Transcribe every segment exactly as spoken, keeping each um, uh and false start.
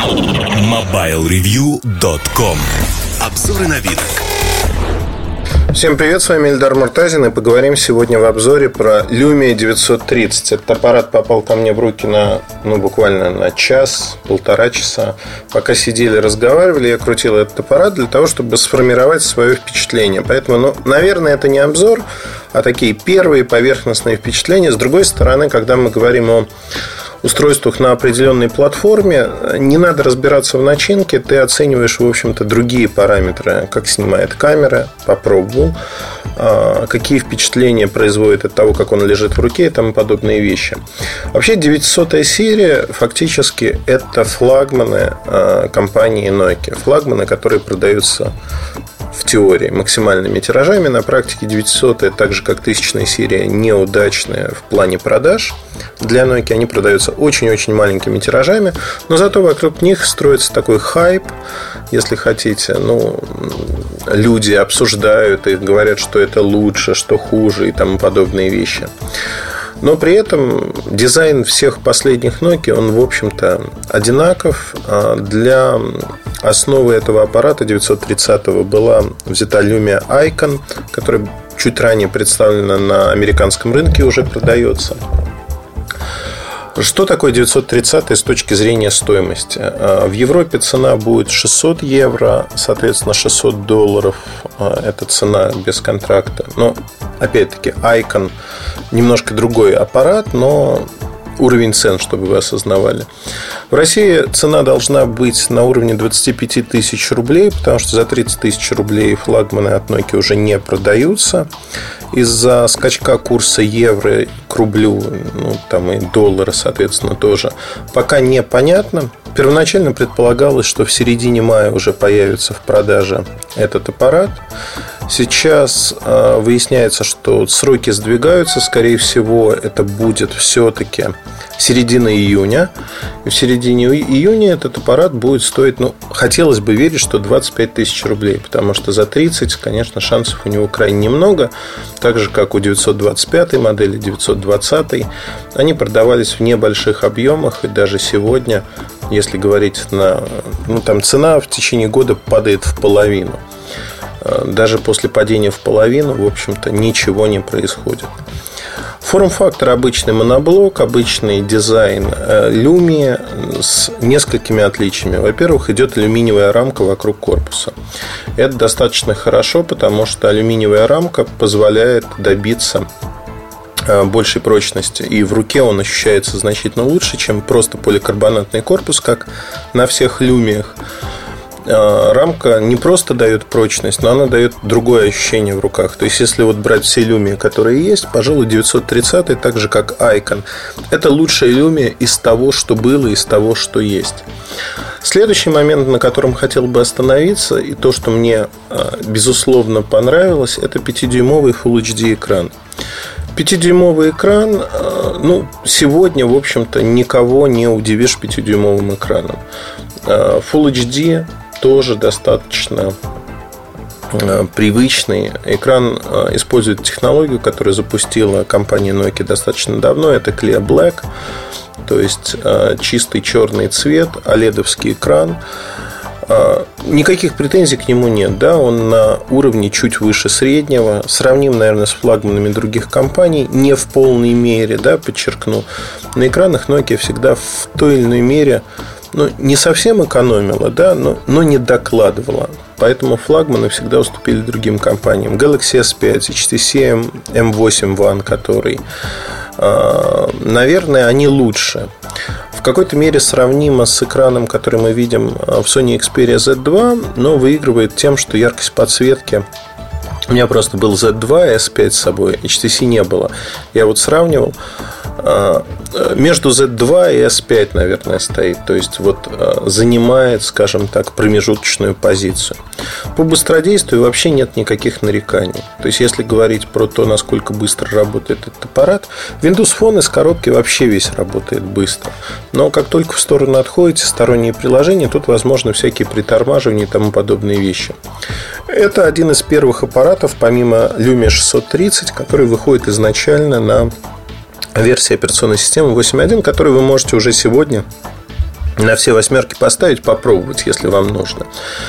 мобайл ревью точка ком. Обзоры новинок. Всем привет, с вами Эльдар Муртазин. И поговорим сегодня в обзоре про Lumia девятьсот тридцать. Этот аппарат попал ко мне в руки на, ну, буквально на час, полтора часа. Пока сидели, разговаривали, я крутил этот аппарат для того, чтобы сформировать свое впечатление. Поэтому, ну, наверное, это не обзор, а такие первые поверхностные впечатления. С другой стороны, когда мы говорим о устройствах на определенной платформе, не надо разбираться в начинке, ты оцениваешь, в общем-то, другие параметры, как снимает камера, попробовал, какие впечатления производит от того, как он лежит в руке и тому подобные вещи. Вообще, девятисотая серия фактически это флагманы компании Nokia, флагманы, которые продаются в теории максимальными тиражами. На практике девятисотая, так же как тысячная серия, неудачная в плане продаж. Для Nokia они продаются очень-очень маленькими тиражами, но зато вокруг них строится такой хайп, если хотите. Ну, люди обсуждают и говорят, что это лучше, что хуже и тому подобные вещи. Но при этом дизайн всех последних Nokia, он, в общем-то, одинаков. Для основы этого аппарата девятьсот тридцатого была взята Lumia Icon, которая чуть ранее представлена на американском рынке и уже продается. Что такое девятьсот тридцатый с точки зрения стоимости? В Европе цена будет шестьсот евро, соответственно, шестьсот долларов. Это цена без контракта. Но, опять-таки, Icon немножко другой аппарат, но уровень цен, чтобы вы осознавали. В России цена должна быть на уровне двадцать пять тысяч рублей, потому что за тридцать тысяч рублей флагманы от Nokia уже не продаются. Из-за скачка курса евро к рублю, ну, там и доллара, соответственно, тоже, пока непонятно. Первоначально предполагалось, что в середине мая уже появится в продаже этот аппарат. Сейчас э, выясняется, что сроки сдвигаются. Скорее всего, это будет все-таки середина июня. И в середине июня этот аппарат будет стоить, ну, хотелось бы верить, что двадцать пять тысяч рублей. Потому что за тридцать, конечно, шансов у него крайне немного. Так же, как у девятьсот двадцать пятой модели, девятьсот двадцатой. Они продавались в небольших объемах. И даже сегодня, если говорить на... Ну, там цена в течение года падает в половину. Даже после падения в половину, в общем-то, ничего не происходит. Форм-фактор обычный моноблок, обычный дизайн Lumia с несколькими отличиями. Во-первых, идет алюминиевая рамка вокруг корпуса. Это достаточно хорошо, потому что алюминиевая рамка позволяет добиться большей прочности. И в руке он ощущается значительно лучше, чем просто поликарбонатный корпус, как на всех Люмиях. Рамка не просто дает прочность, но она дает другое ощущение в руках. То есть, если вот брать все Lumia, которые есть, пожалуй, девятьсот тридцатый, так же как Icon, это лучшая Lumia из того, что было, из того, что есть. Следующий момент, на котором хотел бы остановиться, и то, что мне, безусловно, понравилось, это пятидюймовый Full эйч ди экран. Пятидюймовый экран, ну, сегодня, в общем-то, никого не удивишь пятидюймовым экраном. Full эйч ди тоже достаточно привычный. Экран использует технологию, которую запустила компания Nokia достаточно давно. Это Clear Black, то есть чистый черный цвет, оледовский экран. Никаких претензий к нему нет, да? Он на уровне чуть выше среднего. Сравним, наверное, с флагманами других компаний. Не в полной мере, да, подчеркну. На экранах Nokia всегда в той или иной мере, ну, не совсем экономила, да, но, но не докладывала. Поэтому флагманы всегда уступили другим компаниям. Galaxy эс пять, эйч ти си эм эм восемь One, который, наверное, они лучше. В какой-то мере сравнимо с экраном, который мы видим в Sony Xperia зет два, но выигрывает тем, что яркость подсветки... У меня просто был зет два и эс пять с собой, эйч ти си не было. Я вот сравнивал. Между зет два и эс пять, наверное, стоит. То есть, вот занимает, скажем так, промежуточную позицию. По быстродействию вообще нет никаких нареканий. То есть, если говорить про то, насколько быстро работает этот аппарат, Windows Phone из коробки вообще весь работает быстро. Но как только в сторону отходите, сторонние приложения, тут возможны всякие притормаживания и тому подобные вещи. Это один из первых аппаратов, помимо Lumia шестьсот тридцать, который выходит изначально на версии операционной системы восемь точка один, которую вы можете уже сегодня на все восьмерки поставить, попробовать, если вам нужно.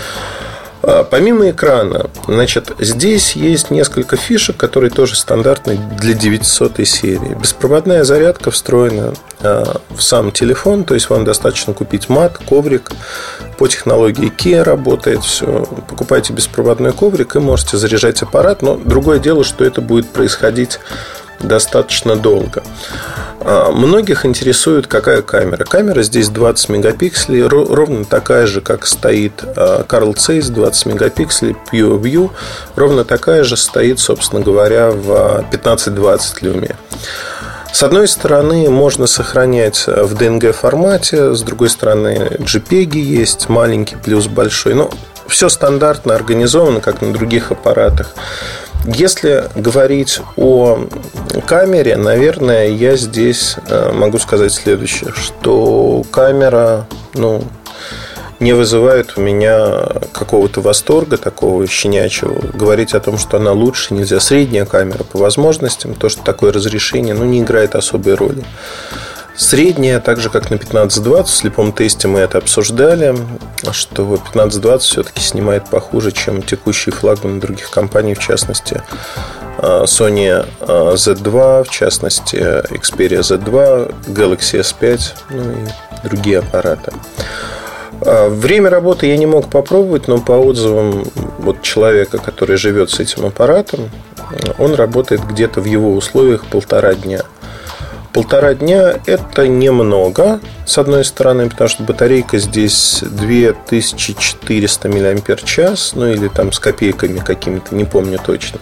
Помимо экрана, значит, здесь есть несколько фишек, которые тоже стандартны для девятисотой серии. Беспроводная зарядка встроена в сам телефон, то есть вам достаточно купить мат, коврик. По технологии Qi работает все. Покупайте беспроводной коврик и можете заряжать аппарат. Но другое дело, что это будет происходить достаточно долго. Многих интересует, какая камера. Камера здесь двадцать мегапикселей, ровно такая же, как стоит Carl Zeiss, двадцать мегапикселей, PureView. Ровно такая же стоит, собственно говоря, в пятнадцать двадцать Lumia. С одной стороны, можно сохранять в ди эн джи формате, с другой стороны, JPEG есть, маленький плюс большой. Но все стандартно организовано, как на других аппаратах. Если говорить о камере, наверное, я здесь могу сказать следующее, что камера, ну, не вызывает у меня какого-то восторга такого щенячьего. Говорить о том, что она лучше нельзя. Средняя камера по возможностям, то, что такое разрешение, ну, не играет особой роли. Средняя, так же как на пятнадцать двадцать, в слепом тесте мы это обсуждали, что пятнадцать двадцать все-таки снимает похуже, чем текущие флагманы других компаний, в частности Sony зет два, в частности Xperia зет два, Galaxy эс пять, ну и другие аппараты. Время работы я не мог попробовать, но по отзывам вот человека, который живет с этим аппаратом, он работает где-то в его условиях полтора дня. Полтора дня – это немного, с одной стороны, потому что батарейка здесь две тысячи четыреста миллиампер-час, ну или там с копейками какими-то, не помню точно.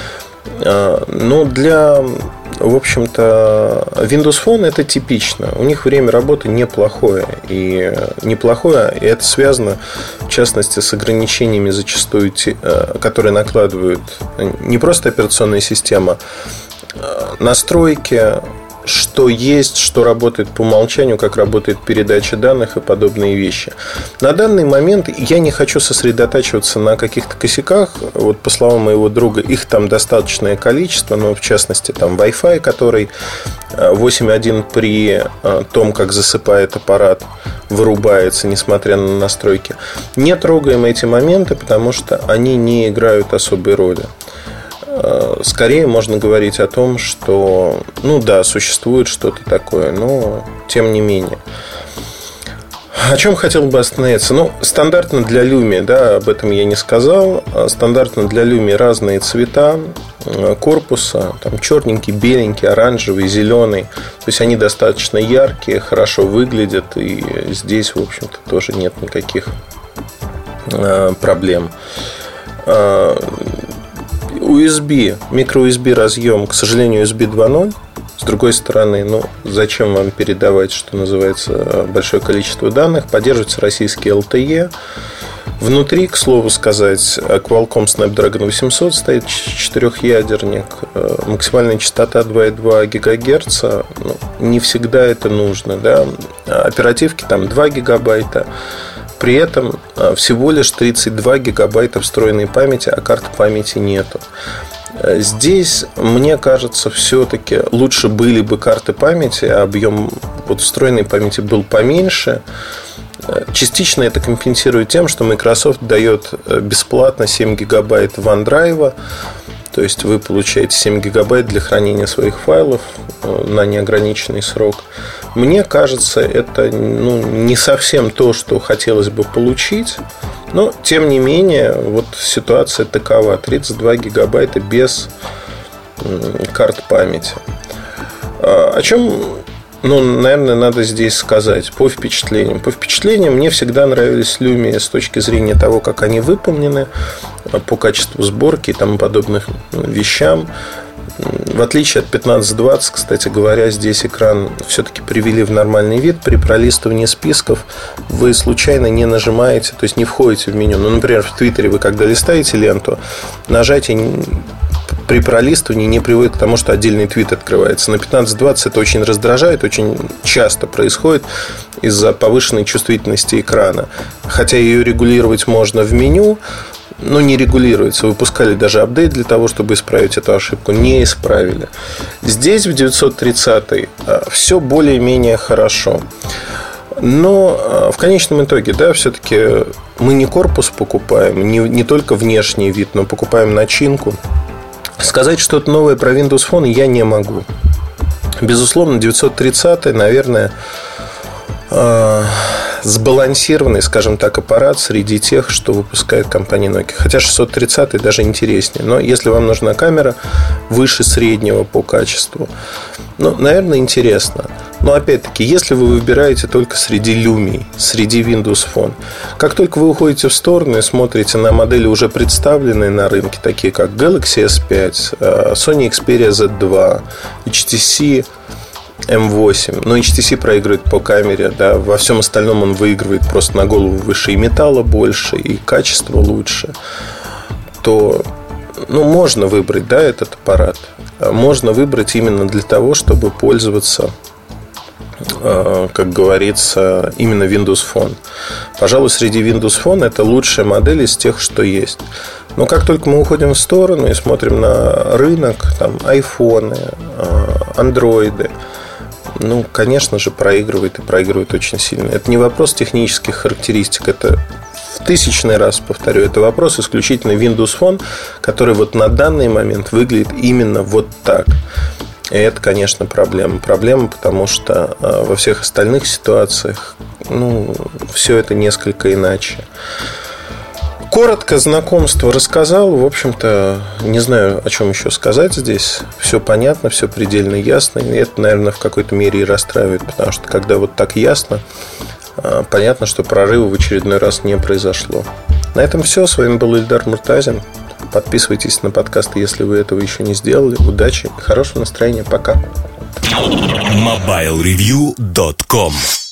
Но для, в общем-то, Windows Phone это типично. У них время работы неплохое. И неплохое, и это связано, в частности, с ограничениями зачастую, которые накладывают не просто операционная система, настройки, что есть, что работает по умолчанию, как работает передача данных и подобные вещи. На данный момент я не хочу сосредотачиваться на каких-то косяках. Вот по словам моего друга, их там достаточное количество, но в частности там Wi-Fi, который восемь точка один при том, как засыпает аппарат, вырубается, несмотря на настройки. Не трогаем эти моменты, потому что они не играют особой роли. Скорее можно говорить о том, что, ну да, существует что-то такое, но тем не менее. О чем хотел бы остановиться? Ну, стандартно для Lumia, да, об этом я не сказал. Стандартно для Lumia разные цвета корпуса, там черненький, беленький, оранжевый, зеленый. То есть они достаточно яркие, хорошо выглядят, и здесь, в общем-то, тоже нет никаких проблем. ю эс би, микро-ю эс би разъем, к сожалению, ю эс би два ноль. С другой стороны, ну, зачем вам передавать, что называется, большое количество данных? Поддерживается российский эл ти и. Внутри, к слову сказать, Qualcomm Snapdragon восемьсот стоит четырехъядерник. Максимальная частота два и два гигагерца. Ну, не всегда это нужно, да? Оперативки там два гигабайта. При этом всего лишь тридцать два гигабайта встроенной памяти, а карты памяти нету. Здесь, мне кажется, все-таки лучше были бы карты памяти, а объем вот встроенной памяти был поменьше. Частично это компенсирует тем, что Microsoft дает бесплатно семь гигабайт OneDrive. То есть вы получаете семь гигабайт для хранения своих файлов на неограниченный срок. Мне кажется, это, ну, не совсем то, что хотелось бы получить. Но, тем не менее, вот ситуация такова. тридцать два гигабайта без карт памяти. О чем, ну, наверное, надо здесь сказать по впечатлениям. По впечатлениям мне всегда нравились Lumia с точки зрения того, как они выполнены, по качеству сборки и тому подобных вещам. В отличие от пятнадцать двадцать, кстати говоря, здесь экран все-таки привели в нормальный вид. При пролистывании списков вы случайно не нажимаете, то есть не входите в меню. Ну, например, в Твиттере вы когда листаете ленту, нажатие при пролистывании не приводит к тому, что отдельный твит открывается. На пятнадцать двадцать это очень раздражает, очень часто происходит из-за повышенной чувствительности экрана. Хотя ее регулировать можно в меню, но не регулируется. Выпускали даже апдейт для того, чтобы исправить эту ошибку. Не исправили. Здесь в девятьсот тридцать все более-менее хорошо. Но в конечном итоге, да, все-таки мы не корпус покупаем, не, не только внешний вид, но покупаем начинку. Сказать что-то новое про Windows Phone я не могу. Безусловно, девятьсот тридцатый, наверное, э, сбалансированный, скажем так, аппарат среди тех, что выпускает компания Nokia. Хотя шестьсот тридцатый даже интереснее. Но если вам нужна камера выше среднего по качеству, ну, наверное, интересно. Но опять-таки, если вы выбираете только среди Lumia, среди Windows Phone, как только вы уходите в сторону и смотрите на модели, уже представленные на рынке, такие как Galaxy эс пять, Sony Xperia зет два, эйч ти си эм восемь. Но эйч ти си проигрывает по камере, да, во всем остальном он выигрывает просто на голову выше, и металла больше, и качество лучше, то, ну, можно выбрать, да, этот аппарат. Можно выбрать именно для того, чтобы пользоваться, как говорится, именно Windows Phone. Пожалуй, среди Windows Phone это лучшая модель из тех, что есть. Но как только мы уходим в сторону и смотрим на рынок, там, айфоны, андроиды, ну, конечно же, проигрывает и проигрывает очень сильно. Это не вопрос технических характеристик, это в тысячный раз повторю, это вопрос исключительно Windows Phone, который вот на данный момент выглядит именно вот так. И это, конечно, проблема. Проблема, потому что во всех остальных ситуациях, ну, все это несколько иначе. Коротко знакомство рассказал. В общем-то, не знаю, о чем еще сказать здесь. Все понятно, все предельно ясно. И это, наверное, в какой-то мере и расстраивает, потому что когда вот так ясно, понятно, что прорыва в очередной раз не произошло. На этом все. С вами был Ильдар Муртазин. Подписывайтесь на подкасты, если вы этого еще не сделали. Удачи и хорошего настроения. Пока. мобайл ревью точка ком